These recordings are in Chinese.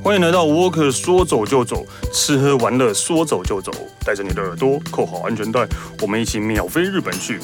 欢迎来到 Walker 说走就走，吃喝玩乐说走就走，带着你的耳朵扣好安全带，我们一起秒飞日本去。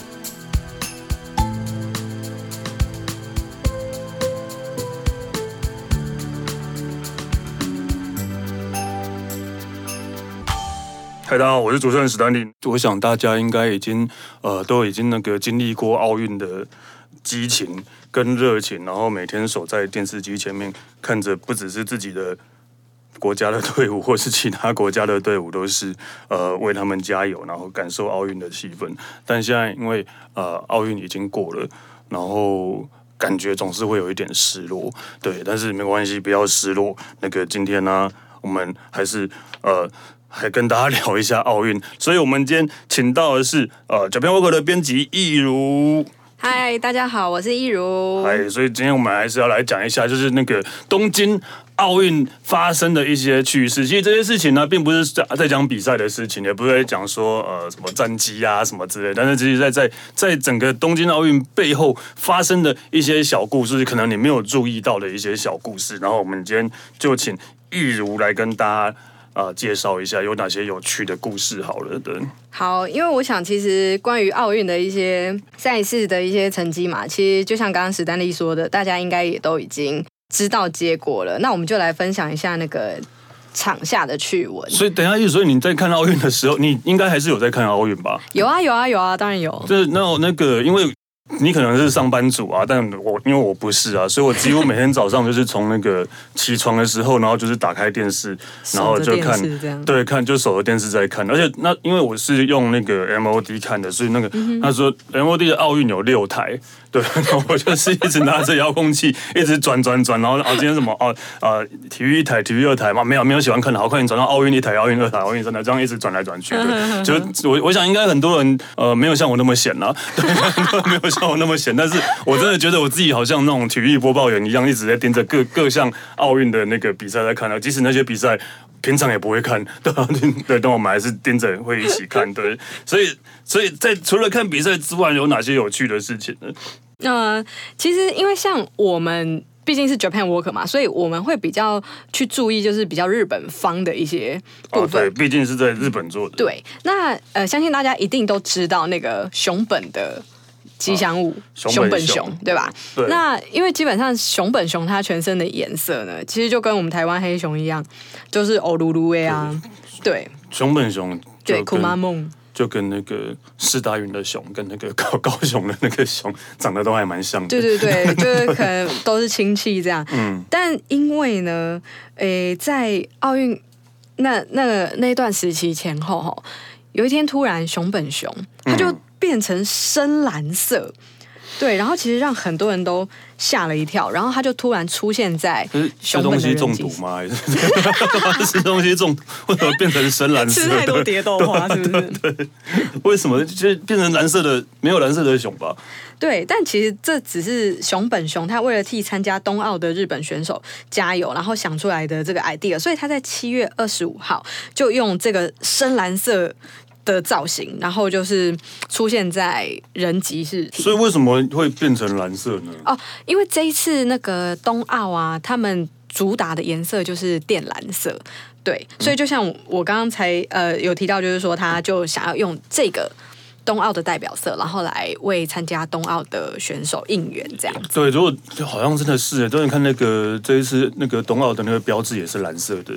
嗨，大家好，我是主持人史丹利。我想大家应该都已经经历过奥运的激情跟热情，然后每天守在电视机前面，看着不只是自己的国家的队伍，或是其他国家的队伍，都是为他们加油，然后感受奥运的气氛。但现在因为奥运已经过了，然后感觉总是会有一点失落，对，但是没关系，不要失落。今天呢，我们还跟大家聊一下奥运，所以我们今天请到的是Japan Walker 的编辑易如。 嗨，大家好，我是易如。 嗨，所以今天我们还是要来讲一下，就是东京奥运发生的一些趣事。其实这些事情呢，并不是在讲比赛的事情，也不是在讲说什么战绩啊什么之类，但是其实在整个东京奥运背后发生的一些小故事，可能你没有注意到的一些小故事。然后我们今天就请易如来跟大家介绍一下有哪些有趣的故事好了。对， 好，因为我想其实关于奥运的一些赛事的一些成绩嘛，其实就像刚刚史丹利说的，大家应该也都已经知道结果了。那我们就来分享一下场下的趣闻。所以等一下，所以你在看奥运的时候，你应该还是有在看奥运吧？ 有啊，当然有。 就是因为你可能是上班族啊，但因为我不是啊，所以我几乎每天早上就是从起床的时候，然后就是打开电视，然后就看，对，看就守着电视在看。而且因为我是用MOD 看的，所以他说 MOD 的奥运有6台，对，然后我就是一直拿着遥控器一直转，然后今天什么体育1台、体育2台嘛，没有喜欢看的，好，快点转到奥运1台、奥运2台、奥运3台，这样一直转来转去。对，就我想应该很多人没有像我那么闲啦，对，没有像我那么闲，但是我真的觉得我自己好像那种体育播报员一样，一直在盯着各项奥运的比赛在看啊，即使那些比赛平常也不会看，对，但我们还是盯着会一起看，对，所以在除了看比赛之外，有哪些有趣的事情呢？ 其实因为像我们毕竟是 Japan Walker 嘛，所以我们会比较去注意，就是比较日本方的一些部分。 对，毕竟是在日本做的。 对，那相信大家一定都知道熊本的吉祥物熊本熊，对吧？ 对。 那因为基本上熊本熊它全身的颜色呢，其实就跟我们台湾黑熊一样，就是欧噜噜诶啊。对。 熊本熊。 对，库玛梦。 就跟世大运的熊跟高雄的熊长得都还蛮像的。 对，就是可能都是亲戚这样。但因为呢，在奥运那段时期前后，有一天突然熊本熊它就变成深蓝色。对，然后其实让很多人都吓了一跳，然后他就突然出现在熊本的人际。 吃东西中毒吗？还是吃东西中毒？为什么变成深蓝色？ 吃太多蝶豆花是不是？ 对，为什么就变成蓝色的？没有蓝色的熊吧？ 对，但其实这只是熊本熊他为了替参加冬奥的日本选手加油，然后想出来的这个 idea， 所以他在7月25号就用这个深蓝色的造型，然后就是出现在人集市体。 所以为什么会变成蓝色呢？ 因为这一次冬奥啊，他们主打的颜色就是靛蓝色，对，所以就像我刚刚才有提到，就是说他就想要用这个冬奥的代表色，然后来为参加冬奥的选手应援，这样子。 对，如果好像真的是，就是看这一次冬奥的标志也是蓝色的，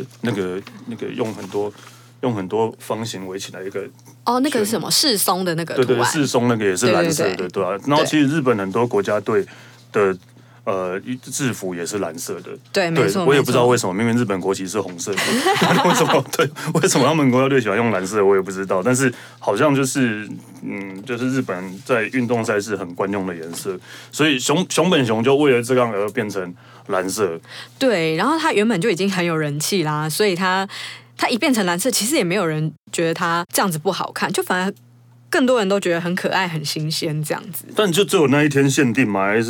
用很多方形围起来一个那个是什么世松的图案， 对，世松也是蓝色的，对啊。然后其实日本很多国家队的制服也是蓝色的， 对，没错。 我也不知道为什么，明明日本国旗是红色的，为什么他们国家队喜欢用蓝色，我也不知道。但是好像就是日本在运动赛事很惯用的颜色，所以熊本熊就为了这样而变成蓝色。 对，然后它原本就已经很有人气啦，所以它一变成蓝色，其实也没有人觉得它这样子不好看，就反而更多人都觉得很可爱、很新鲜这样子。 但就只有那一天限定吗？还是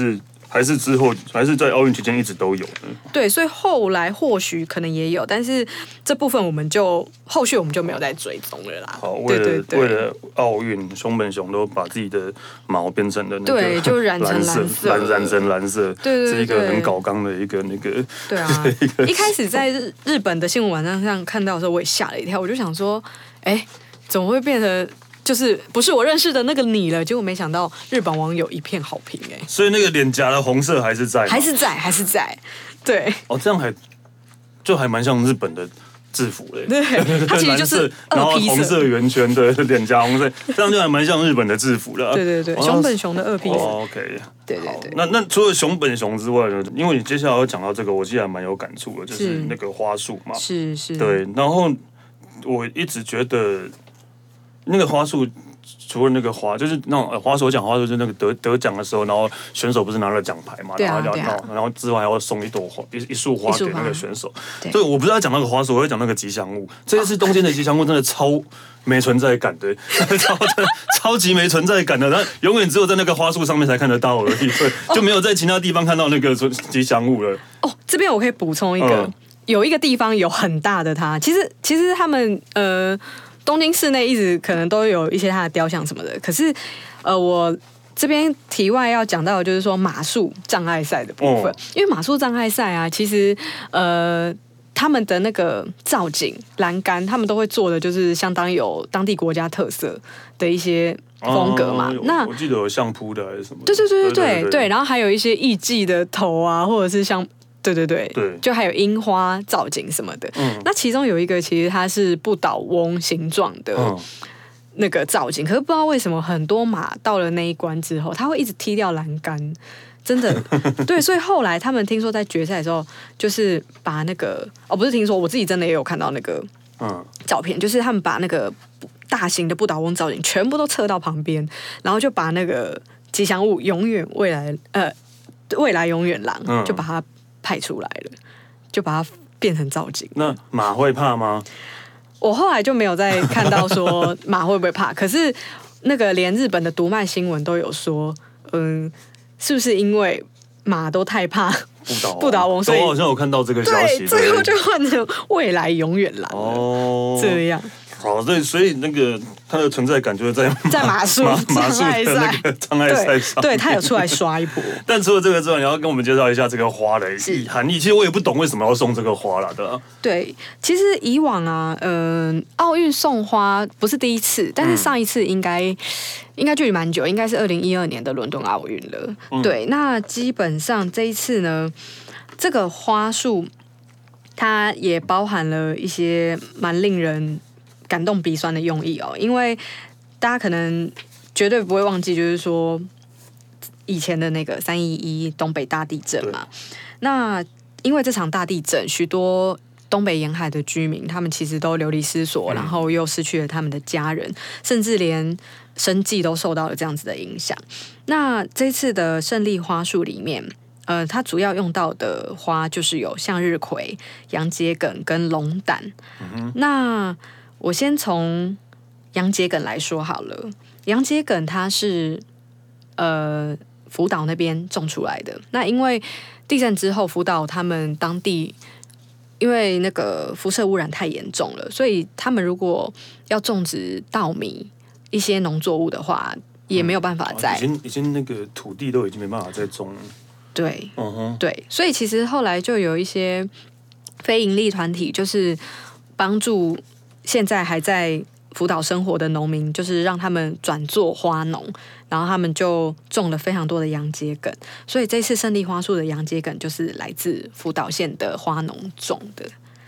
还是之后，还是在奥运期间一直都有的。 对，所以后来或许可能也有，但是这部分后续我们就没有再追踪了啦。 好，为了奥运，熊本熊都把自己的毛变成了那个对，就染成蓝色， 染成蓝色， 对， 是一个很搞纲的一个那个。 对啊，一开始在日本的新闻网站上看到的时候，我也吓了一跳，我就想说，怎么会变成？就是不是我认识的那个你了，结果没想到日本网友一片好评所以那个脸颊的红色还是在， 还是在，对。 这样还蛮像日本的制服嘞， 对，它其实就是然后红色圆圈的脸颊红色，这样就还蛮像日本的制服的。 对，熊本熊的2P。 OK， 对。 那除了熊本熊之外呢？因为你接下来要讲到这个，我其实还蛮有感触的，就是那个花束嘛。 是。 对，然后我一直觉得。那个花束除了那个花，就是那种花束，我讲花束就是那个得奖的时候，然后选手不是拿了奖牌嘛，然后之外还要送一朵花一束花给那个选手。所以我不是要讲那个花束，我要讲那个吉祥物。这一次东京的吉祥物真的超没存在感的，超级没存在感的，然后永远只有在那个花束上面才看得到而已，就没有在其他地方看到那个吉祥物了。 这边我可以补充一个，有一个地方有很大的它，其实他们东京市内一直可能都有一些它的雕像什么的，可是我这边题外要讲到的就是说马术障碍赛的部分，因为马术障碍赛啊，其实他们的那个造景栏杆，他们都会做的就是相当有当地国家特色的一些风格嘛。那我记得有相扑的还是什么？ 对，然后还有一些艺伎的头啊，或者是像。对，就还有樱花造景什么的。那其中有一个其实它是不倒翁形状的那个造景，可是不知道为什么很多马到了那一关之后，它会一直踢掉栏杆，真的。对，所以后来他们听说在决赛的时候，就是把那个不是听说，我自己真的也有看到那个照片，就是他们把那个大型的不倒翁造景全部都撤到旁边，然后就把那个吉祥物未来永远狼就把它派出来了，就把它变成造景。 那马会怕吗？ 我后来就没有再看到说马会不会怕，可是那个连日本的读卖新闻都有说，是不是因为马都太怕不倒翁，所以我好像有看到这个消息， 对，最后就换成未来永远狼这样。 好，所以那个它的存在感就是在马术的那个障碍赛上， 对，他有出来刷一波。 但除了这个之外，你要跟我们介绍一下这个花的含义。其实我也不懂为什么要送这个花啦，对吧？ 对，其实以往啊，奥运送花不是第一次，但是上一次应该距离蛮久，应该是2012年的伦敦奥运了。对，那基本上这一次呢，这个花束它也包含了一些蛮令人感动鼻酸的用意因为大家可能绝对不会忘记，就是说以前的那个311东北大地震嘛。那因为这场大地震，许多东北沿海的居民他们其实都流离失所，然后又失去了他们的家人，甚至连生计都受到了这样子的影响。那这次的胜利花束里面，它主要用到的花就是有向日葵、洋桔梗跟龙胆。那我先从洋桔梗来说好了。洋桔梗它是福岛那边种出来的。那因为地震之后，福岛他们当地因为那个辐射污染太严重了，所以他们如果要种植稻米一些农作物的话，也没有办法在已经那个土地都已经没办法再种了。 对，对，所以其实后来就有一些非营利团体，就是帮助现在还在福岛生活的农民，就是让他们转做花农，然后他们就种了非常多的洋桔梗，所以这次胜利花束的洋桔梗就是来自福岛县的花农种的。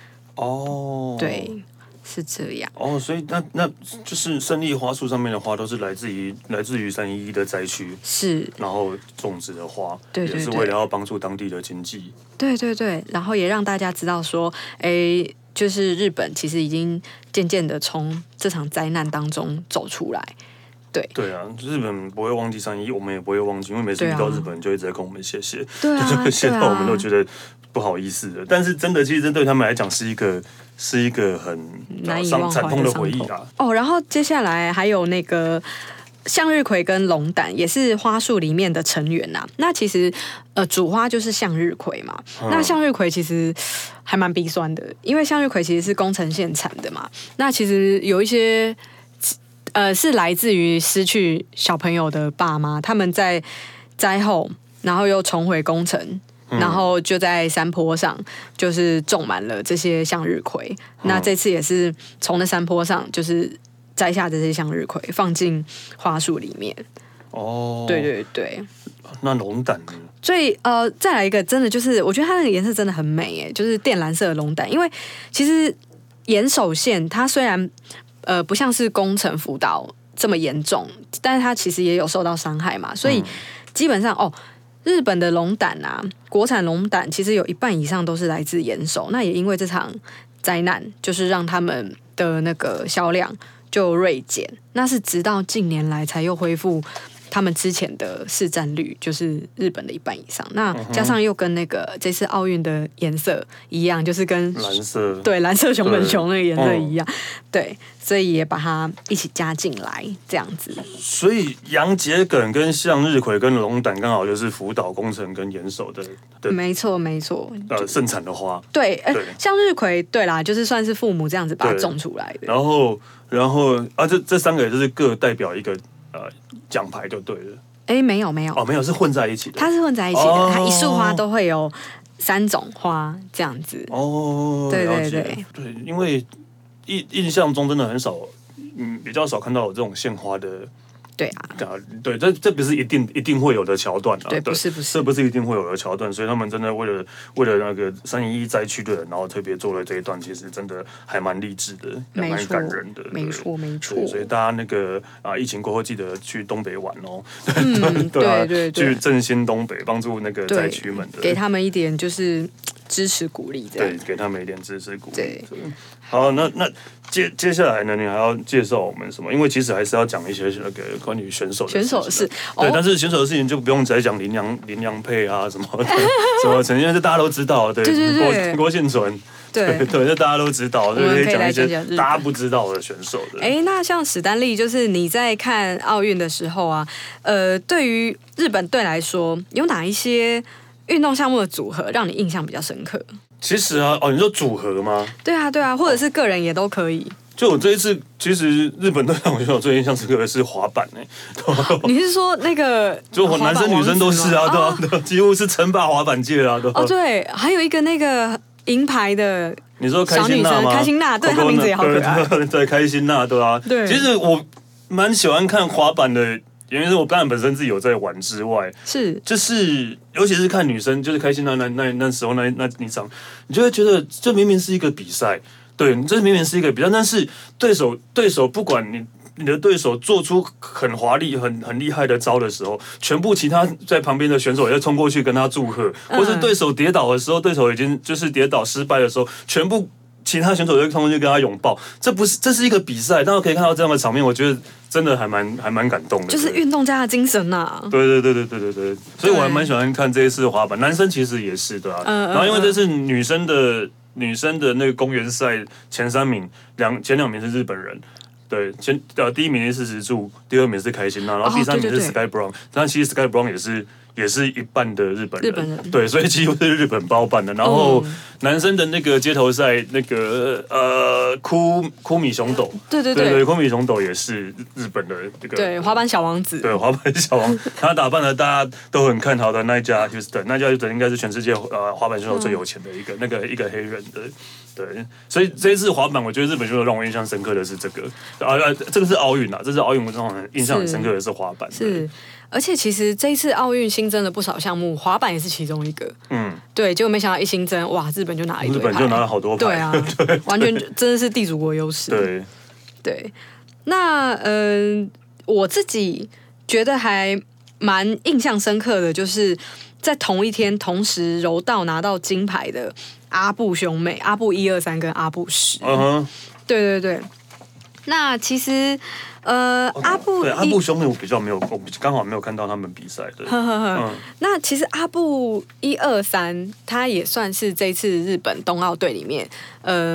对，是这样。 所以那就是胜利花束上面的花都是来自于311的灾区， 是，然后种植的花， 对， 也是为了要帮助当地的经济。 对，然后也让大家知道说，就是日本其实已经渐渐的从这场灾难当中走出来。对啊，日本不会忘记311，我们也不会忘记，因为每次遇到日本人就一直在跟我们谢谢， 就谢到我们都觉得不好意思的。但是真的，其实对他们来讲是一个很难以忘怀惨痛的回忆啦。 然后接下来还有那个向日葵跟龙胆也是花束里面的成员呐。那其实主花就是向日葵嘛。那向日葵其实还蛮鼻酸的，因为向日葵其实是宫城县产的嘛。那其实有一些是来自于失去小朋友的爸妈，他们在灾后，然后又重回宫城。然后就在山坡上，就是种满了这些向日葵。那这次也是从那山坡上，就是摘下这些向日葵，放进花束里面。哦，对对对。 那龙胆呢？ 所以再来一个，真的就是我觉得它那个颜色真的很美耶，就是靛蓝色的龙胆。因为其实岩手县它虽然不像是宫城福岛这么严重，但是它其实也有受到伤害嘛，所以基本上日本的龙胆啊，国产龙胆其实有一半以上都是来自岩手。那也因为这场灾难，就是让他们的那个销量就锐减。那是直到近年来才又恢复他们之前的市占率，就是日本的一半以上。那加上又跟那个这次奥运的颜色一样，就是跟蓝色， 对，蓝色熊本熊那个颜色一样，对，所以也把它一起加进来，这样子。 所以洋桔梗跟向日葵跟龙胆刚好就是福岛、宫城跟岩手的， 没错没错， 盛产的花。 对，向日葵对啦，就是算是父母这样子把它种出来的。 然后这三个也就是各代表一个奖牌就对了。 没有是混在一起的。 它是混在一起的，它一束花都会有3种花这样子。对对对对，因为印象中真的很少，比较少看到有这种献花的。 对啊， 对，这不是一定会有的桥段啊。 对，不是， 这不是一定会有的桥段，所以他们真的为了那个311灾区的人，然后特别做了这一段，其实真的还蛮励志的，也蛮感人的。 没错。 所以大家那个疫情过后记得去东北玩哦。 对， 去振兴东北，帮助那个灾区们的， 给他们一点就是支持鼓励，这样。 对，给他们一点支持鼓励。 对。 好，那接下来呢？你还要介绍我们什么？因为其实还是要讲一些那个关于选手的事。对，但是选手的事情就不用再讲林良配啊什么的什么成绩，这大家都知道。对，郭婞淳。对，这大家都知道。就可以讲一些大家不知道的选手的。 那像史丹利，就是你在看奥运的时候啊，对于日本队来说，有哪一些运动项目的组合让你印象比较深刻？ 其实啊，你说组合吗？ 对啊，或者是个人也都可以。 就我这一次，其实日本队让我觉得我最印象深刻的是滑板你是说那个？ 就男生女生都是啊，对，几乎是称霸滑板界啊， 对，还有一个那个银牌的， 你说开心娜吗？ 开心娜，对，她名字也好可爱。 对，开心娜，对啊。对，其实我蛮喜欢看滑板的。因为我当然本身自己有在玩之外，就是尤其是看女生，就是开心那时候那一场，你就会觉得这明明是一个比赛，对，这明明是一个比赛，但是对手不管你的对手做出很华丽、很厉害的招的时候，全部其他在旁边的选手也冲过去跟他祝贺，或是对手跌倒的时候，对手已经就是跌倒失败的时候，全部其他选手就冲过去跟他拥抱。这是一个比赛，但我可以看到这样的场面，我觉得真的还蛮感动的， 就是运动家的精神啊。 对，所以我还蛮喜欢看这一次的滑板，男生其实也是对啊。然后因为这是女生的那个公园赛前3名，前2名是日本人。对，第1名是石柱，第2名是开心娜，然后第3名是 Sky Brown。但其实 Sky Brown 也是一半的日本人，对，所以几乎是日本包办的。然后男生的那个街头赛，那个哭米熊斗，对，哭米熊斗也是日本的这个， 对，滑板小王子， 对，滑板小王，他打扮了大家都很看好的Nyjah Huston应该是全世界滑板选手最有钱的一个黑人的，对，所以这一次滑板，我觉得日本选手让我印象深刻的是这个这个是奥运啊，这是奥运我让我印象很深刻的是滑板， 是。而且其实这一次奥运新增了不少项目，滑板也是其中一个。对，结果没想到一新增，哇，日本就拿了一堆牌， 日本就拿了好多牌。 对啊，完全真的是地主国优势。对。那我自己觉得还蛮印象深刻的，就是在同一天同时柔道拿到金牌的阿布兄妹，阿布123跟阿布10。对。那其实。阿布兄妹我刚好没有看到他们比赛的。 那其实阿布123他也算是这次日本冬奥队里面，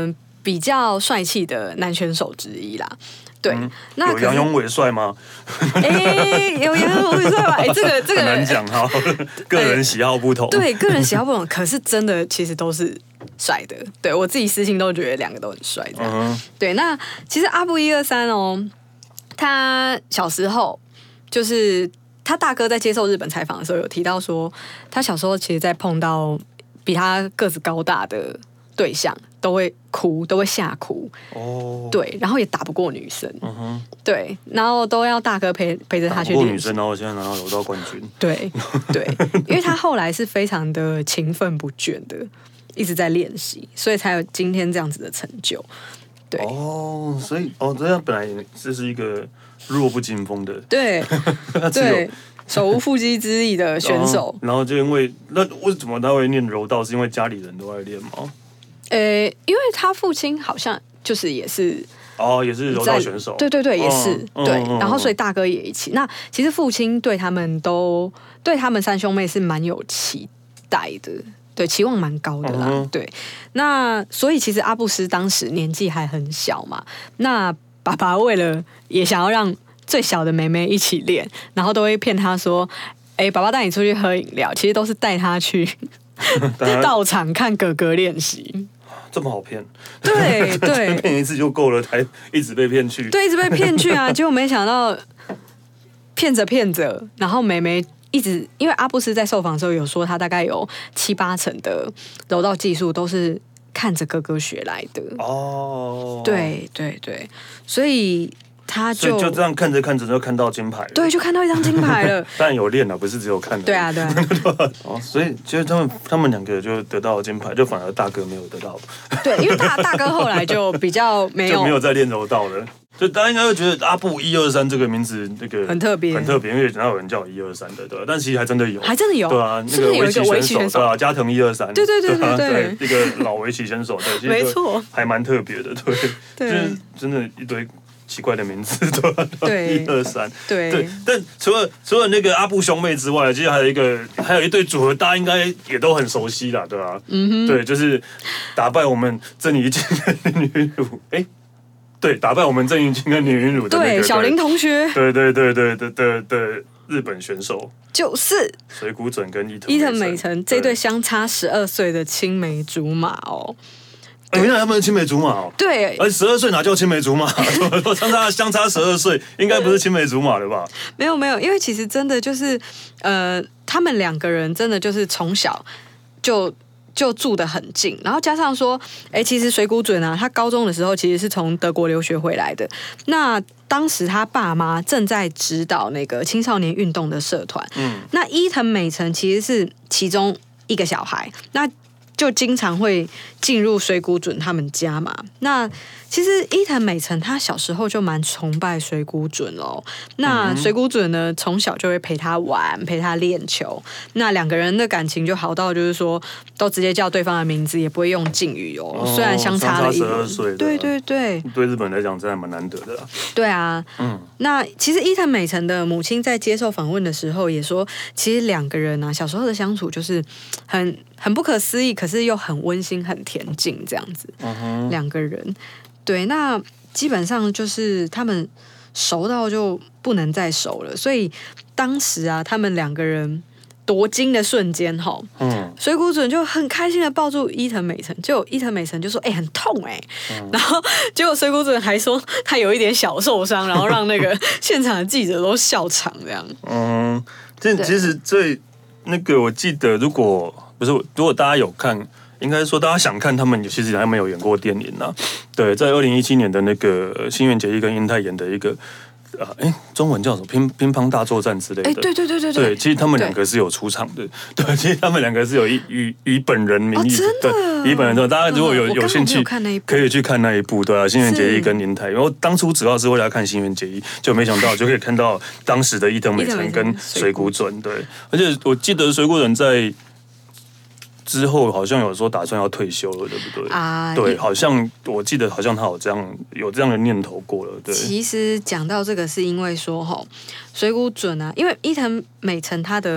比较帅气的男选手之一啦。对，那有杨永伟帅吗？ 有杨永伟帅吧？这个很难讲哈，个人喜好不同。 对，个人喜好不同，可是真的其实都是帅的。对我自己私心都觉得两个都很帅。这样对，那其实阿布123哦，他小时候就是他大哥在接受日本采访的时候有提到说，他小时候其实在碰到比他个子高大的对象都会哭，都会吓哭。对，然后也打不过女生。对，然后都要大哥陪着他去练习。打不过女生， 然后现在拿到柔道冠军。 对对，因为他后来是非常的勤奋不倦的，一直在练习，所以才有今天这样子的成就。对所以这样本来这是一个弱不禁风的， 对对，手无缚鸡之力的选手。 然后就因为为什么他会练柔道？是因为家里人都在练吗？ 因为他父亲好像就是也是也是柔道选手， 对，也是对，然后所以大哥也一起。那其实父亲对他们三兄妹是蛮有期待的，对，期望蛮高的啦。对，那所以其实阿布斯当时年纪还很小嘛，那爸爸为了也想要让最小的妹妹一起练，然后都会骗他说：“爸爸带你出去喝饮料。”其实都是带他去到场看哥哥练习。 这么好骗？ 对， 骗一次就够了，才一直被骗去。 对，一直被骗去啊！结果没想到骗着，然后妹妹一直因为阿布斯在受访的时候有说，他大概有7-8成的柔道技术都是看着哥哥学来的。对，所以他就这样看着就看到金牌了。 对，就看到一张金牌了。 当然有练了，不是只有看的。 对啊。 所以其实他们两个就得到了金牌，就反而大哥没有得到。 对，因为大哥后来就比较没有再练柔道了。就大家应该会觉得阿布123这个名字很特别， 因为哪有人叫我123的，对吧？但其实还真的有， 对啊，那个围棋选手，对啊，加藤123， 对， 一个老围棋选手，对， 没错， 还蛮特别的，对，就是真的一堆奇怪的名字，对，123，对。但除了那个阿布兄妹之外，其实还有一对组合，大家应该也都很熟悉啦，对吧？对，就是打败我们郑怡静的女乳，对，打败我们郑怡静跟李云儒的那个小林同学， 对日本选手就是水谷隼跟伊藤美诚这对相差12岁的青梅竹马哦。 原来他们是青梅竹马哦。 对， 而12岁哪叫青梅竹马？相差12岁，应该不是青梅竹马了吧？ 没有，因为其实真的就是他们两个人真的就是从小就住得很近，然后加上说，其实水谷隼啊，他高中的时候其实是从德国留学回来的。那当时他爸妈正在指导那个青少年运动的社团，那伊藤美诚其实是其中一个小孩，那就经常会进入水谷隼他们家嘛。那其实伊藤美诚他小时候就蛮崇拜水谷隼哦。那水谷隼呢，从小就会陪他玩，陪他练球。那两个人的感情就好到就是说，都直接叫对方的名字，也不会用敬语哦。虽然相差了 12岁， 对， 对日本来讲真的蛮难得的啦。 对啊，那其实伊藤美诚的母亲在接受访问的时候也说，其实两个人啊小时候的相处就是很不可思议，可是又很温馨、很恬静这样子。两个人。对，那基本上就是他们熟到就不能再熟了，所以当时啊，他们两个人夺金的瞬间，水谷隼就很开心的抱住伊藤美诚，就伊藤美诚就说：“很痛然后结果水谷隼还说他有一点小受伤，然后让那个现场的记者都笑场这样。 这其实最那个，我记得如果大家有看。应该说，大家想看他们其实还没有演过电影啊。对，在2017年的那个新垣结衣跟英泰演的一个中文叫什么乒乓大作战之类的。对，其实他们两个是有出场的。对，其实他们两个是有以本人名义，对，以本人的。大家如果有兴趣，可以去看那一部，对啊，新垣结衣跟英泰。然后当初主要是为了看新垣结衣，就没想到就可以看到当时的伊藤美诚跟水谷隼。对，而且我记得水谷隼在之后好像有说打算要退休了，对不对？对，好像我记得好像他有这样的念头过了。对， 其实讲到这个是因为说水谷隼啊，因为伊藤美诚他的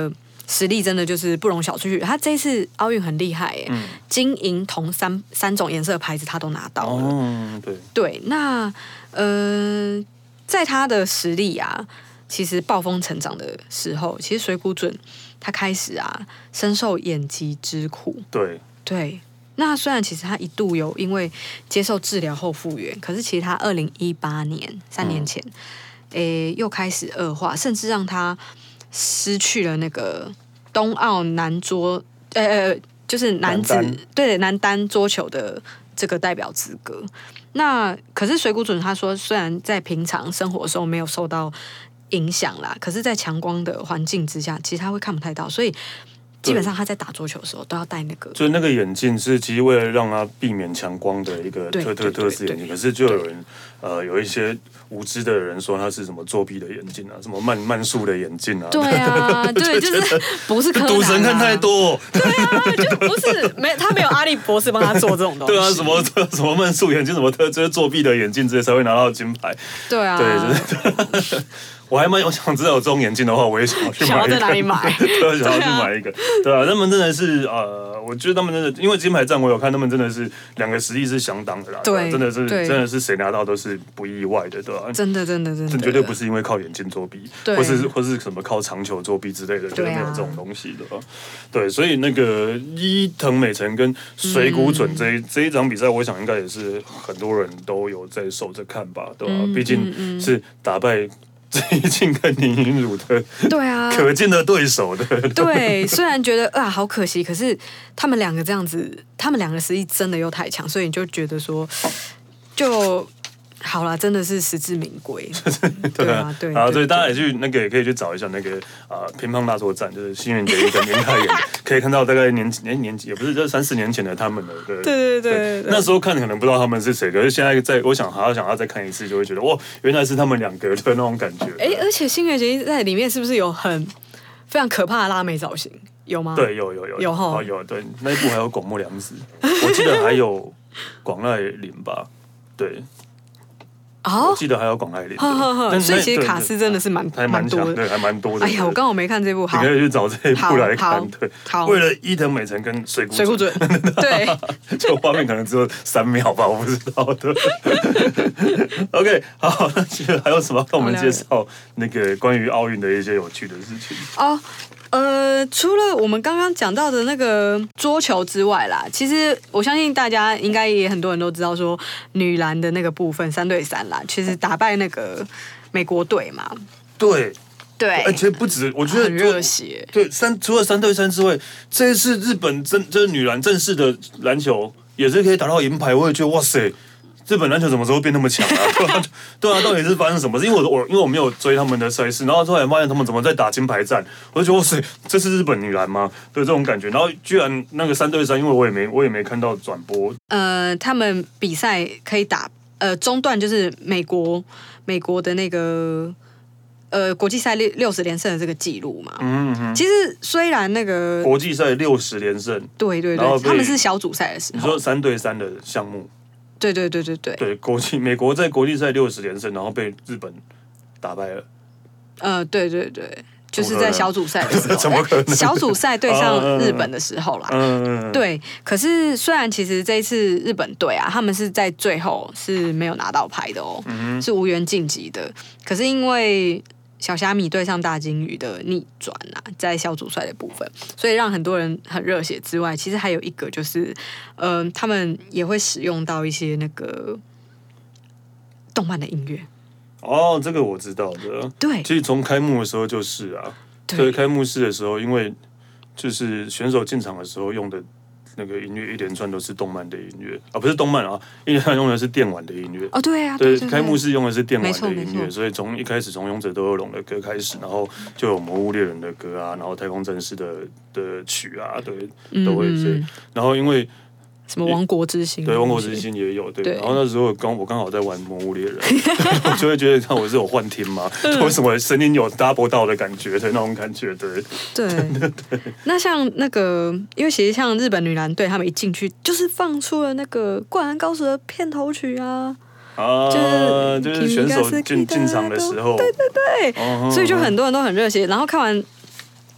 实力真的就是不容小觑。他这一次奥运很厉害耶，金银铜三种颜色的牌子他都拿到了。对，那在他的实力啊，其实暴风成长的时候，其实水谷隼他开始啊深受眼疾之苦。对。那虽然其实他一度有因为接受治疗后复原，可是其实他2018年3年前，又开始恶化，甚至让他失去了那个冬奥男桌，就是男单桌球的这个代表资格。那可是水谷隼他说，虽然在平常生活的时候没有受到影响啦，可是在强光的环境之下，其实他会看不太到，所以基本上他在打桌球的时候都要戴那个， 所以那个眼镜是其实为了让他避免强光的一个特斯眼镜。可是就有人有一些无知的人说他是什么作弊的眼镜啊，什么慢速的眼镜啊。 对啊，对，就是不是柯南啊， 赌神看太多。 对啊，就不是他没有阿力博士帮他做这种东西。 对啊，什么慢速眼镜，什么就是作弊的眼镜，这些才会拿到金牌。 对啊， 对，就是。我想知道有这种眼镜的话，我也想要去买一个。 想要在哪里买？ 对，想要去买一个。对啊，他们真的是我觉得他们真的，因为金牌战我有看，他们真的是两个实力是相当的啦。 对， 真的是谁拿到都是不意外的，对吧？ 真的，这绝对不是因为靠眼镜作弊，或是什么靠长球作弊之类的，绝对没有这种东西的。对，所以那个伊藤美诚跟水谷隼这一场比赛，我想应该也是很多人都有在守着看吧，对吧？毕竟是打败最近跟林昀儒的可见的对手的。 对，虽然觉得好可惜，可是他们两个这样子，他们两个实力真的又太强，所以你就觉得说就好啦，真的是实至名归。对啊，对。 然后所以大家也可以去找一下那个乒乓大作战，就是新垣结衣跟年泰演，可以看到大概年纪也不是这3-4年前的他们的。对。那时候看可能不知道他们是谁，可是现在我想要再看一次，就会觉得哇，原来是他们两个的那种感觉。 而且新垣结衣在里面是不是有非常可怕的拉美造型？有吗？ 对，有对，那一部还有广末凉子，我记得还有广濑铃吧，对。我记得还有广濑铃， 所以其实卡斯真的是蛮多的， 对，还蛮多的。 哎呀，我刚好没看这部， 你可以去找这一部来看。对，为了伊藤美诚跟水谷隼，对，这画面可能只有3秒吧，我不知道的。OK， 好，那还有什么跟我们介绍那个关于奥运的一些有趣的事情？ 除了我们刚刚讲到的那个桌球之外啦，其实我相信大家应该也很多人都知道说，女篮的那个部分3对3啦，其实打败那个美国队嘛。 对， 而且不止，我觉得很热血。 对，除了3对3之外，这一次日本就是女篮正式的篮球也是可以打到银牌，我也觉得哇塞。日本篮球什么时候变那么强啊？对啊，到底是发生什么事？因为我没有追他们的赛事，然后后来发现他们怎么在打金牌战，我就觉得哇塞，这是日本女篮吗？对，这种感觉。然后居然那个3对3，因为我也没看到转播。 他们比赛可以打中段就是美国的那个国际赛60连胜的这个记录嘛。其实虽然那个国际赛60连胜， 对，他们是小组赛的时候。 你说3对3的项目。 对， 美国在国际赛60连胜，然后被日本打败了。对， 就是在小组赛的时候， 怎么可能？ 小组赛对上日本的时候啦。对，可是虽然其实这一次日本队啊，他们是在最后是没有拿到牌的哦，是无缘晋级的。可是因为小虾米对上大金鱼的逆转啊，在小组赛的部分，所以让很多人很热血之外，其实还有一个就是，他们也会使用到一些那个动漫的音乐。 这个我知道的。 对， 其实从开幕的时候就是啊，对，开幕式的时候，因为就是选手进场的时候用的那个音乐一连串都是动漫的音乐不是动漫啊，一连串用的是电玩的音乐。 对啊， 对，开幕式用的是电玩的音乐，所以从一开始从勇者斗恶龙的歌开始，然后就有魔物猎人的歌啊，然后太空战士的曲啊，对，都会这。然后因为什么王国之心， 对，王国之心也有，对。然后那时候我刚好在玩魔物猎人，我就会觉得看我是有幻听吗？为什么声音有 double 到的感觉的那种感觉？对。 那像那个，因为其实像日本女篮队，他们一进去就是放出了那个《灌篮高手》的片头曲啊。 就是选手进场的时候， 对，所以就很多人都很热血。然后看完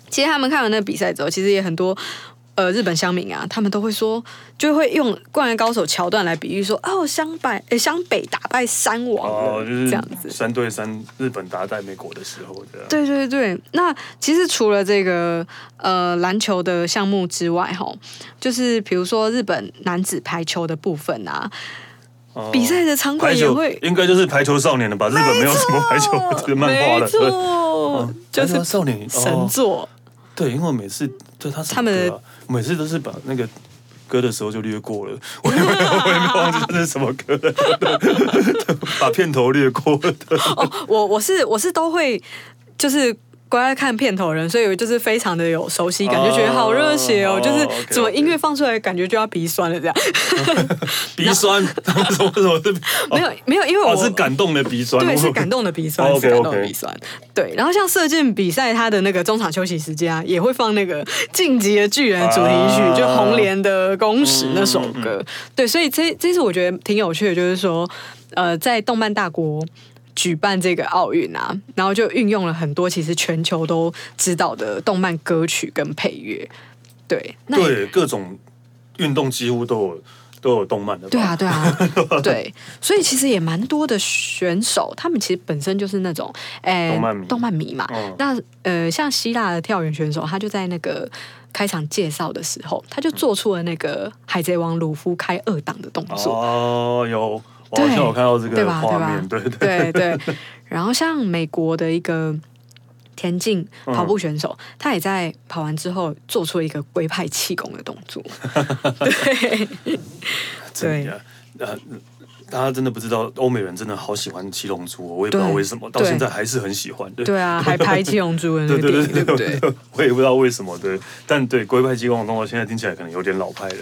其实他们看完那个比赛之后，其实也很多日本乡民啊，他们都会说，就会用《灌篮高手》桥段来比喻说，湘北打败山王了， 就是这样子 3-3日本打败美国的时候这样。 对对对，那其实除了这个篮球的项目之外，就是比如说日本男子排球的部分啊。比赛的场馆也会， 应该就是排球少年了吧？日本没有什么排球的漫画了， 没错，就是排球少年神作。 对，因为我每次对他们的每次都是把那个歌的时候就略过了，我也没有忘记这是什么歌了，把片头略过了。 我是都会就是。乖乖看片头的人，所以我就是非常的有熟悉感，就觉得好热血哦！就是怎么音乐放出来，感觉就要鼻酸了这样。 鼻酸？为什么是？ 没有，因为我是感动的鼻酸。 对，是感动的鼻酸，是感动的鼻酸。对，然后像射箭比赛，它的那个中场休息时间啊，也会放那个《进击的巨人》主题曲，就红莲的《公使》那首歌。对，所以这次我觉得挺有趣的，就是说，在动漫大国。举办这个奥运啊，然后就运用了很多其实全球都知道的动漫歌曲跟配乐，对， 各种运动几乎都有动漫的， 对啊，对，所以其实也蛮多的选手，他们其实本身就是那种动漫迷嘛。那像希腊的跳远选手，他就在那个开场介绍的时候，他就做出了那个海贼王鲁夫开2档的动作。 有。我好像有看到这个画面， 对。然后像美国的一个田径跑步选手，他也在跑完之后做出一个龟派气功的动作。对，大家真的不知道，欧美人真的好喜欢七龙珠，我也不知道为什么，到现在还是很喜欢。 对啊，还拍七龙珠的那个电影，对不对？ 我也不知道为什么，对，但对龟派气功的动作，现在听起来可能有点老派了。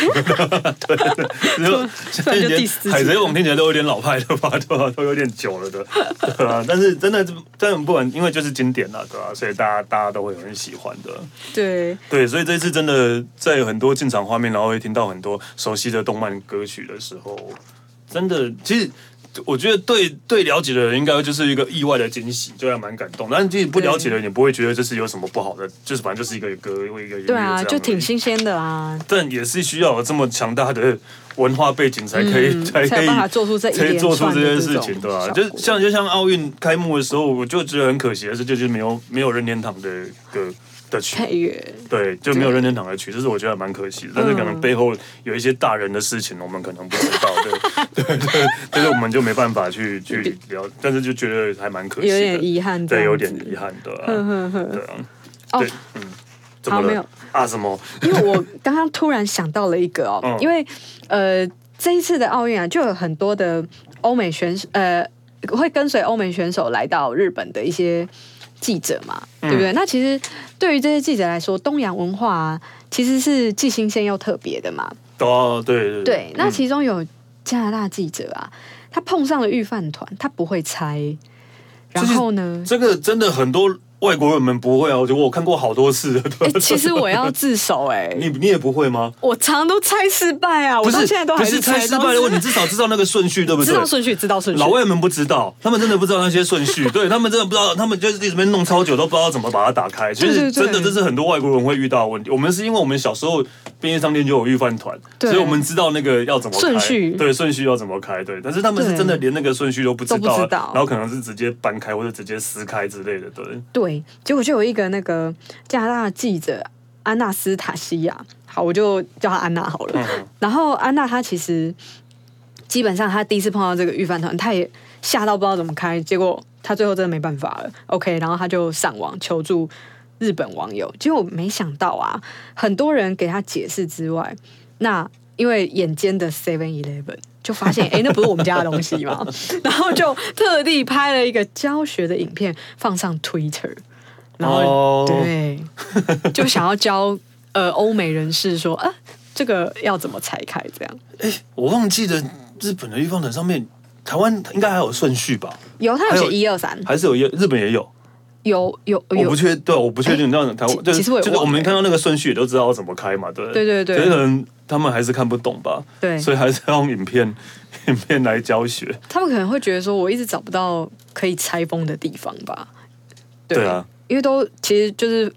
对，海贼王听起来都有点老派了吧？对吧？都有点久了的，对啊。但是真的不管，因为就是经典了，对吧？所以大家都会很喜欢的。对，所以这次真的在有很多进场画面，然后会听到很多熟悉的动漫歌曲的时候。真的，其实我觉得对了解的人应该就是一个意外的惊喜，就还蛮感动。但是其实不了解的人也不会觉得这是有什么不好的，就是反正就是一个歌，一个音乐。 对啊，就挺新鲜的啊。 但也是需要有这么强大的文化背景才可以办法做出这些事情，对吧？就像奥运开幕的时候，我就觉得很可惜的是，就是没有任天堂的歌。的曲配乐对，就没有任天堂的曲，这是我觉得蛮可惜的。但是可能背后有一些大人的事情，我们可能不知道，对，但是我们就没办法去聊，但是就觉得还蛮可惜的， 有点遗憾， 对，有点遗憾的，对啊，对，怎么了？没有啊？什么？ 因为我刚刚突然想到了一个因为这一次的奥运啊，就有很多的欧美选手，会跟随欧美选手来到日本的一些。记者嘛，对不对？那其实对于这些记者来说，东洋文化其实是既新鲜又特别的嘛。 对。 那其中有加拿大记者啊，他碰上了御饭团，他不会猜。然后呢？ 这个真的很多外国人们不会啊，我看过好多次了。 其实我要自首你也不会吗？ 我常都猜失败啊，我到现在都还是猜失败的问题，至少知道那个顺序，对不对？ 知道顺序。 老外们不知道，他们真的不知道那些顺序，对他们真的不知道，他们就是一直在弄超久，都不知道怎么把它打开。其实真的这是很多外国人会遇到的问题。我们是因为我们小时候便利商店就有御饭团，所以我们知道那个要怎么开顺序，对顺序要怎么开，对。但是他们是真的连那个顺序都不知道，然后可能是直接搬开或者直接撕开之类的， 对。结果就有一个那个加拿大的记者安娜斯塔西亚，好，我就叫她安娜好了。然后安娜她其实基本上她第一次碰到这个御饭团，她也吓到不知道怎么开，结果她最后真的没办法了。OK， 然后她就上网求助日本网友，结果没想到啊，很多人给她解释之外，那因为眼尖的 7-Eleven 就发现，那不是我们家的东西嘛，然后就特地拍了一个教学的影片放上 Twitter。然后对，就想要教欧美人士说这个要怎么拆开这样。 我忘记了日本的御饭团上面，台湾应该还有顺序吧？ 有，它有写1、2、3， 还是有日本也有。有， 我不确定。这样台湾就是我们看到那个顺序也都知道要怎么开嘛，对。可是可能他们还是看不懂吧？对，所以还是要用影片来教学。 他们可能会觉得说，我一直找不到可以拆封的地方吧？对啊。因为都其实就是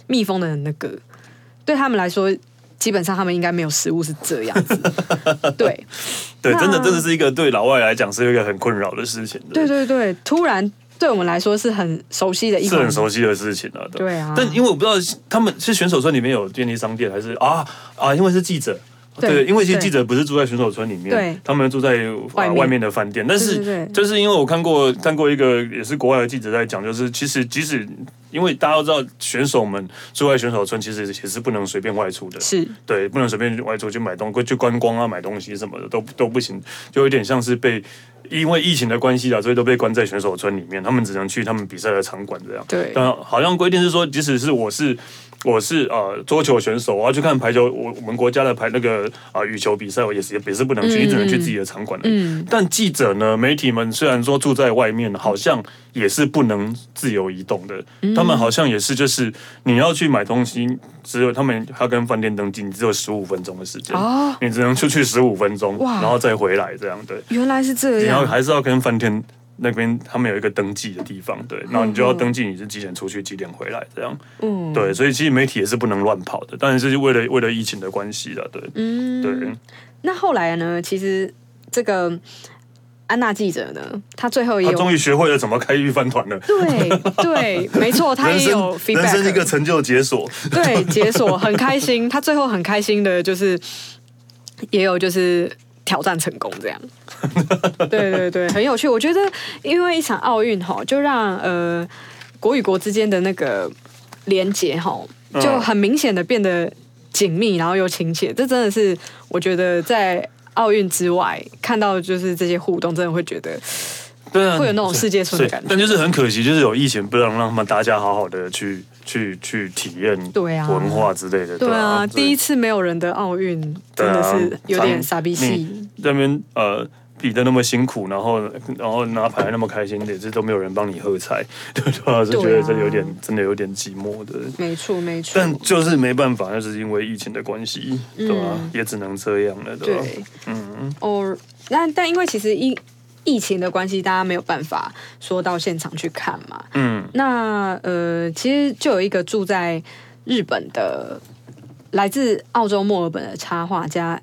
蜜蜂的那个，对他们来说，基本上他们应该没有食物是这样子。对， 真的是一个对老外来讲是一个很困扰的事情。 对，突然对我们来说是很熟悉的是很熟悉的事情啊。 对啊， 但因为我不知道他们是选手村里面有便利商店，还是因为是记者。对，因为其实记者不是住在选手村里面，他们住在外面的饭店。但是就是因为我看过一个也是国外的记者在讲，就是其实即使因为大家都知道选手们住在选手村，其实也是不能随便外出的。 是， 对，不能随便外出去买东西、去观光啊、买东西什么的都不行，就有点像是因为疫情的关系所以都被关在选手村里面，他们只能去他们比赛的场馆这样。 对， 但好像规定是说，即使是我是桌球选手，我要去看排球，我们国家的羽球比赛，我也是不能去，你只能去自己的场馆。但记者呢，媒体们虽然说住在外面，好像也是不能自由移动的。他们好像也是，就是你要去买东西，只有他们要跟饭店登记，你只有15分钟的时间，你只能出去15分钟，然后再回来这样。对， 原来是这样， 还是要跟饭店那边他们有一个登记的地方，对，然后你就要登记你是几点出去，几点回来这样。对，所以其实媒体也是不能乱跑的，当然是为了疫情的关系啦，对。对。 那后来呢？其实这个安娜记者呢，她最后也有， 她终于学会了怎么开预饭团了。 对，没错，她也有 feedback， 人生一个成就解锁。 对，解锁很开心，她最后很开心的就是也有就是挑战成功这样。对，很有趣。我觉得因为一场奥运就让国与国之间的那个连结就很明显的变得紧密，然后又亲切。这真的是我觉得在奥运之外看到就是这些互动，真的会觉得。对啊，会有那种世界村的感觉。 但就是很可惜，就是有疫情，不能让他们大家好好的去体验文化之类的。 对啊，第一次没有人的奥运真的是有点傻逼戏。 那边比得那么辛苦，然后拿牌那么开心，也是都没有人帮你喝彩，对吧？是觉得真的有点寂寞的。 没错。 但就是没办法，那是因为疫情的关系，对吧？也只能这样了，对吧？ 但因为其实疫情的关系，大家没有办法说到现场去看嘛。那其实就有一个住在日本的来自澳洲墨尔本的插画家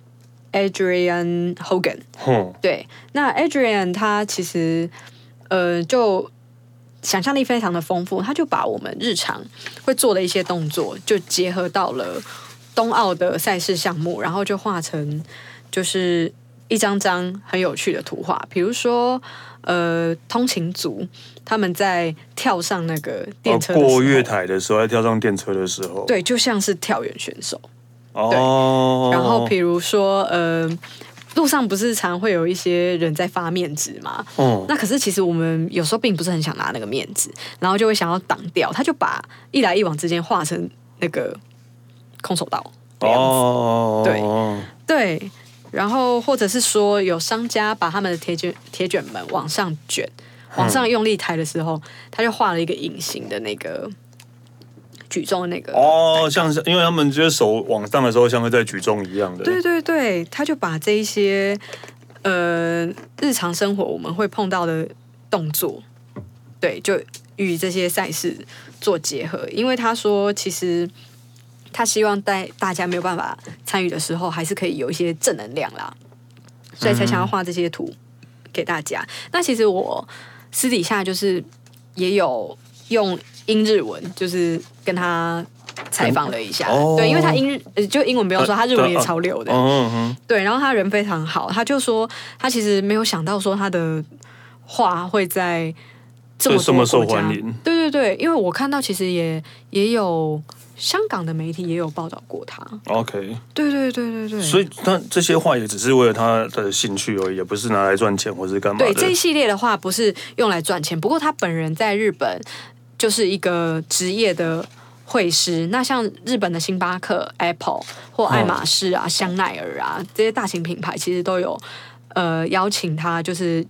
Adrian Hogan。对，那 Adrian 他其实就想象力非常的丰富，他就把我们日常会做的一些动作，就结合到了冬奥的赛事项目，然后就画成就是一张张很有趣的图画，比如说通勤族他们在跳上那个电车的时候， 过月台的时候，在跳上电车的时候， 对，就像是跳远选手。对，然后比如说路上不是常会有一些人在发面纸吗？那可是其实我们有时候并不是很想拿那个面纸，然后就会想要挡掉，他就把一来一往之间画成那个空手道的样子。对。然后或者是说有商家把他们的铁卷门往上卷，往上用力抬的时候，他就画了一个隐形的那个举重的那个像是因为他们就是手往上的时候，像是在举重一样的。 对，他就把这一些日常生活我们会碰到的动作，对，就与这些赛事做结合。因为他说，其实他希望在大家没有办法参与的时候，还是可以有一些正能量啦，所以才想要画这些图给大家。那其实我私底下就是也有用英日文，就是跟他采访了一下。对，因为他英文不用说，他日文也超溜的。对，然后他人非常好，他就说他其实没有想到说他的画会在这么多国家受欢迎。 对，因为我看到其实也有香港的媒体也有报道过他。 OK， 对。 所以他这些画也只是为了他的兴趣而已，也不是拿来赚钱或是干嘛的。 对，这一系列的画不是用来赚钱，不过他本人在日本就是一个职业的绘师。那像日本的星巴克、Apple 或爱马仕啊、香奈儿啊这些大型品牌，其实都有邀请他，就是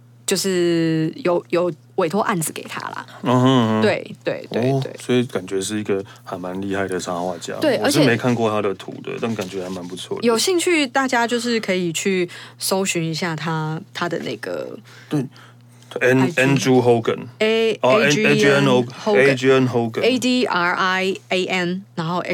有委托案子给他啦。对， 所以感觉是一个还蛮厉害的插画家。 对， 而且我是没看过他的图的，但感觉还蛮不错的。 有兴趣大家就是可以去搜寻一下他的那个。 对， Andrew Hogan，AGN Hogan，ADRIAN，然后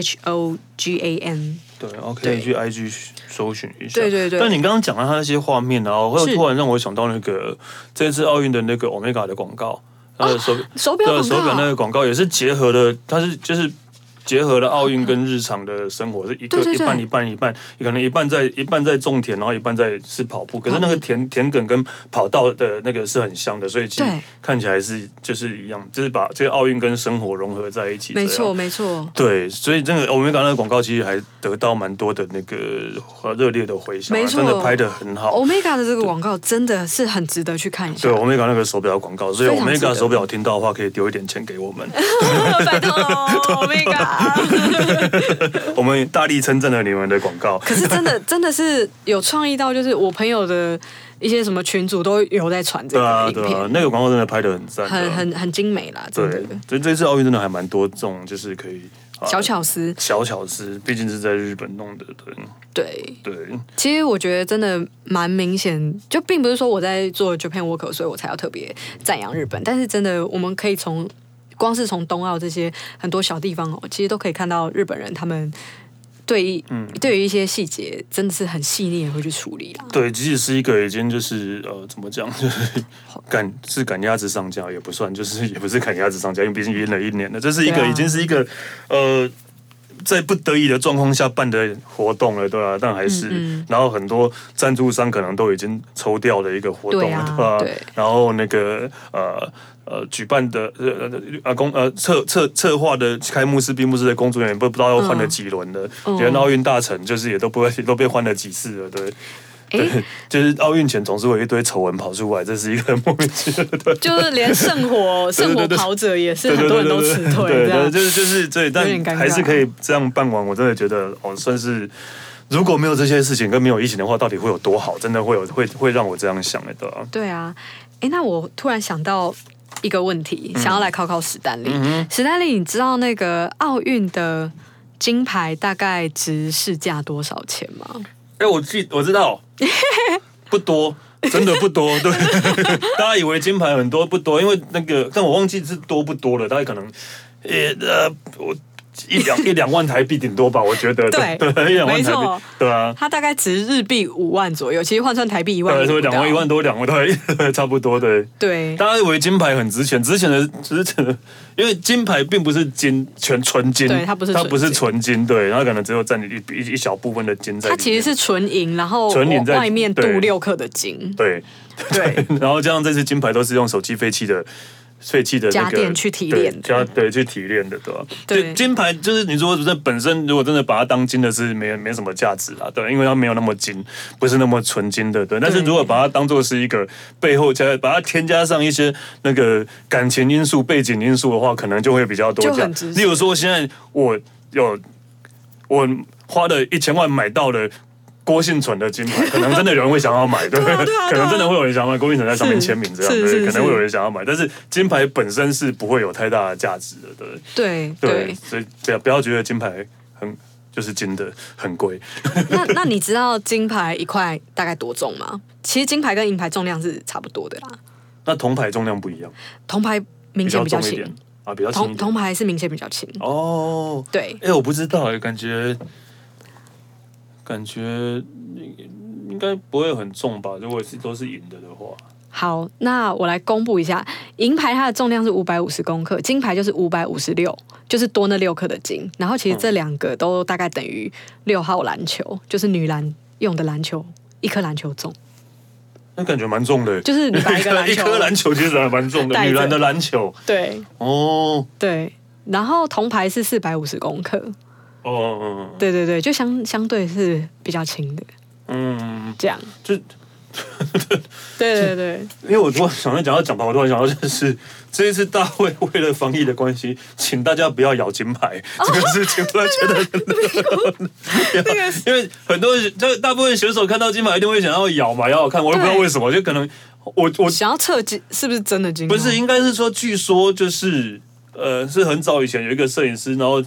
HOGAN。 对，然后可以去 IG 搜寻一下。 对。 但你刚刚讲到他那些画面，然后会突然让我想到那个这次奥运的那个 Omega 的广告， 手表那个广告也是结合了，它是就是结合了奥运跟日常的生活，是一半，可能一半在种田，然后一半是跑步。可是那个田埂跟跑道的那个是很像的，所以其实看起来是就是一样，就是把这个奥运跟生活融合在一起。 没错。 对，所以这个Omega那个广告其实还得到蛮多的那个热烈的回响，真的拍得很好。 Omega 的这个广告真的是很值得去看一下。 对，Omega那个手表广告，所以Omega手表听到的话，可以丢一点钱给我们。 拜托Omega。 我们大力称赞了你们的广告。 可是真的是有创意到，就是我朋友的一些什么群组都有在传这个影片。 对啊，那个广告真的拍得很赞， 很精美啦，真的。 对，这次奥运真的还蛮多这种，就是可以小巧思， 毕竟是在日本弄的，对。 其实我觉得真的蛮明显，就并不是说我在做 Japan Worker， 所以我才要特别赞扬日本，但是真的我们可以光是从冬奥这些很多小地方其实都可以看到日本人他们对于一些细节真的是很细腻的会去处理啦。 对，即使是一个已经就是怎么讲，就是赶鸭子上架也不算，就是也不是赶鸭子上架，因为毕竟赢了1年了，这是一个已经是一个在不得已的状况下办的活动了，对吧？但还是，然后很多赞助商可能都已经抽掉了一个活动了，对吧？对。然后那个举办的策划的开幕式、闭幕式的工作人员不知道又换了几轮了，连奥运大臣就是也都被换了几次了，对。对，就是奥运前总是会有一堆丑闻跑出来，这是一个莫名其妙的。 就是连圣火跑者也是很多人都辞退， 对，就是对，但还是可以这样办完，我真的觉得算是如果没有这些事情跟没有疫情的话，到底会有多好？真的会让我这样想的，对吧？ 对啊，那我突然想到一个问题，想要来考史丹利。史丹利，你知道那个奥运的金牌大概值市价多少钱吗？ 我知道，不多，真的不多。对，大家以为金牌很多，不多，因为那个，但我忘记是多不多了，大概可能，我一两万台币顶多吧，我觉得。对，一两万台币，对啊。 它大概值日币5万左右，其实换算台币1万。 对，说1万多，对，差不多，对。 对。 大家以为金牌很值钱，值钱的，因为金牌并不是纯金， 对，它不是纯金，对，然后可能只有占一小部分的金在里面。 它其实是纯银，然后外面镀6克的金。 对。然后加上这次金牌都是用手机废弃的家电去提炼的， 去提炼的，对吧？对，金牌就是你说这本身如果真的把它当金的是没什么价值啦，对，因为它没有那么金，不是那么纯金的，对。但是如果把它当做是一个背后把它添加上一些那个感情因素、背景因素的话，可能就会比较多价。例如说，现在我花了1000万买到了郭婞淳的金牌，可能真的有人会想要买，对不对？可能真的会有人想要买，郭婞淳在上面签名这样，对，可能会有人想要买。但是金牌本身是不会有太大的价值的，对，所以不要觉得金牌就是金的很贵。 那你知道金牌1块大概多重吗？其实金牌跟银牌重量是差不多的啦。 那铜牌重量不一样， 铜牌明显比较轻啊，比较轻。 铜牌是明显比较轻哦。对， 我不知道，感觉应该不会很重吧？如果都是银的话。 好，那我来公布一下，银牌它的重量是550公克，金牌就是556，就是多那6克的金。然后其实这2个都大概等于6号篮球，就是女篮用的篮球，1颗篮球重。 那感觉蛮重的， 就是你把一个篮球， 一颗篮球其实还蛮重的，女篮的篮球。 对，对。然后铜牌是450公克。对，就相对是比较轻的。这样就。 对， 因为我突然想到讲到奖牌，我突然想到就是这一次大会为了防疫的关系，请大家不要咬金牌这个事情，突然觉得因为很多大部分选手看到金牌一定会想要咬嘛，咬看，我也不知道为什么，就可能我想要测金是不是真的金牌？ 不是，应该是说据说就是是很早以前有一个摄影师，然后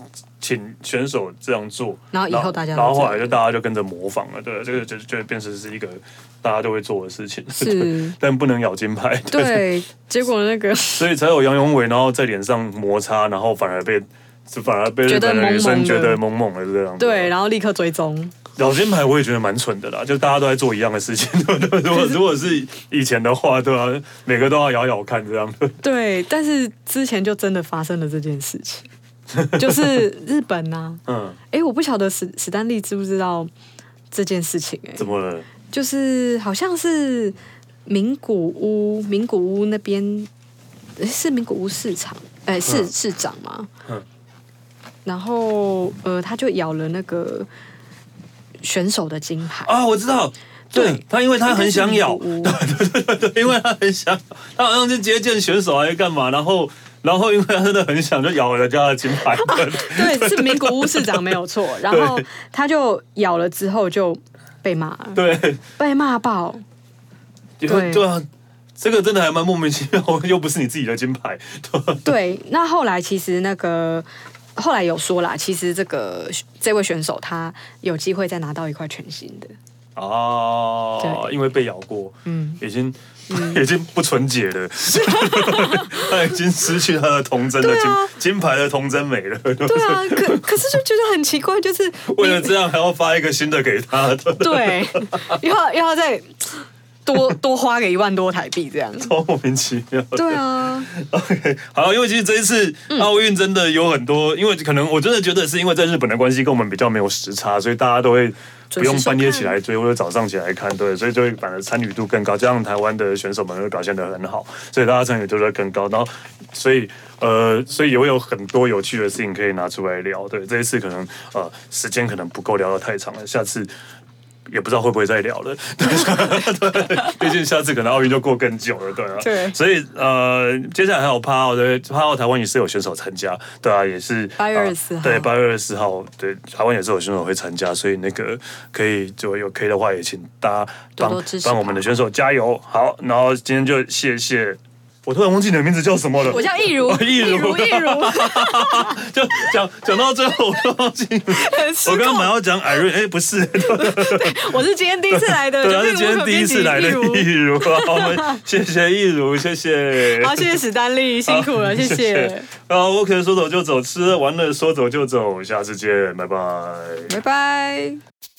请选手这样做， 然后以后大家， 然后后来就大家就跟着模仿了，对，这个就变成是一个大家都会做的事情， 是， 但不能咬金牌， 对，结果那个， 所以才有杨永伟，然后在脸上摩擦，然后反而被日本的女生觉得萌萌的这样， 对，然后立刻追踪。 咬金牌我也觉得蛮蠢的啦，就大家都在做一样的事情。如果是以前的话，对啊，每个都要咬咬看这样。 对，但是之前就真的发生了这件事情，就是日本啊，我不晓得史丹利知不知道这件事情？ 怎么了？ 就是好像是名古屋那边是名古屋市场，市长嘛，然后他就咬了那个选手的金牌啊，我知道，对他，因为他很想咬，对，因为他很想，他好像是接见选手还是干嘛，然后因为他真的很想，就咬了人家的金牌， 对，是名古屋市长没有错，然后他就咬了之后就被骂了， 对， 被骂爆， 对啊。这个真的还蛮莫名其妙，又不是你自己的金牌。 对，那后来其实后来有说啦，其实这位选手他有机会再拿到一块全新的哦，因为被咬过，已经不纯洁了，他已经失去他的童真的金牌的童真美了。对啊，可是就觉得很奇怪，就是为了这样还要发一个新的给他， 对，要再。多花个1万多台币这样， 超莫名其妙。 对啊 ，OK， 好，因为其实这一次奥运真的有很多，因为可能我真的觉得是因为在日本的关系跟我们比较没有时差，所以大家都会不用半夜起来追或者早上起来看，对，所以就会反而参与度更高。加上台湾的选手们都表现得很好，所以大家参与度会更高。然后，所以也会有很多有趣的事情可以拿出来聊。对，这一次可能时间可能不够聊得太长了，下次。也不知道会不会再聊了，对，毕竟下次可能奥运就过更久了，对啊， 对， 所以接下来还有帕奥，对，帕奥台湾也是有选手参加，对啊，也是 8月24号， 对，8月24号，对，台湾也是有选手会参加，所以那个可以可以的话，也请大家帮我们的选手加油，好，然后今天就谢谢。我突然忘记你的名字叫什么了。 我叫易如，易如。 就讲到最后，我都忘记。我刚刚本来要讲艾瑞，不是。对， 我是今天第一次来的。 对，是今天第一次来的易如。好，我们谢谢易如，谢谢。 好，谢谢史丹利，辛苦了，谢谢。 我可能说走就走，吃了玩了说走就走，下次见，拜拜。 拜拜。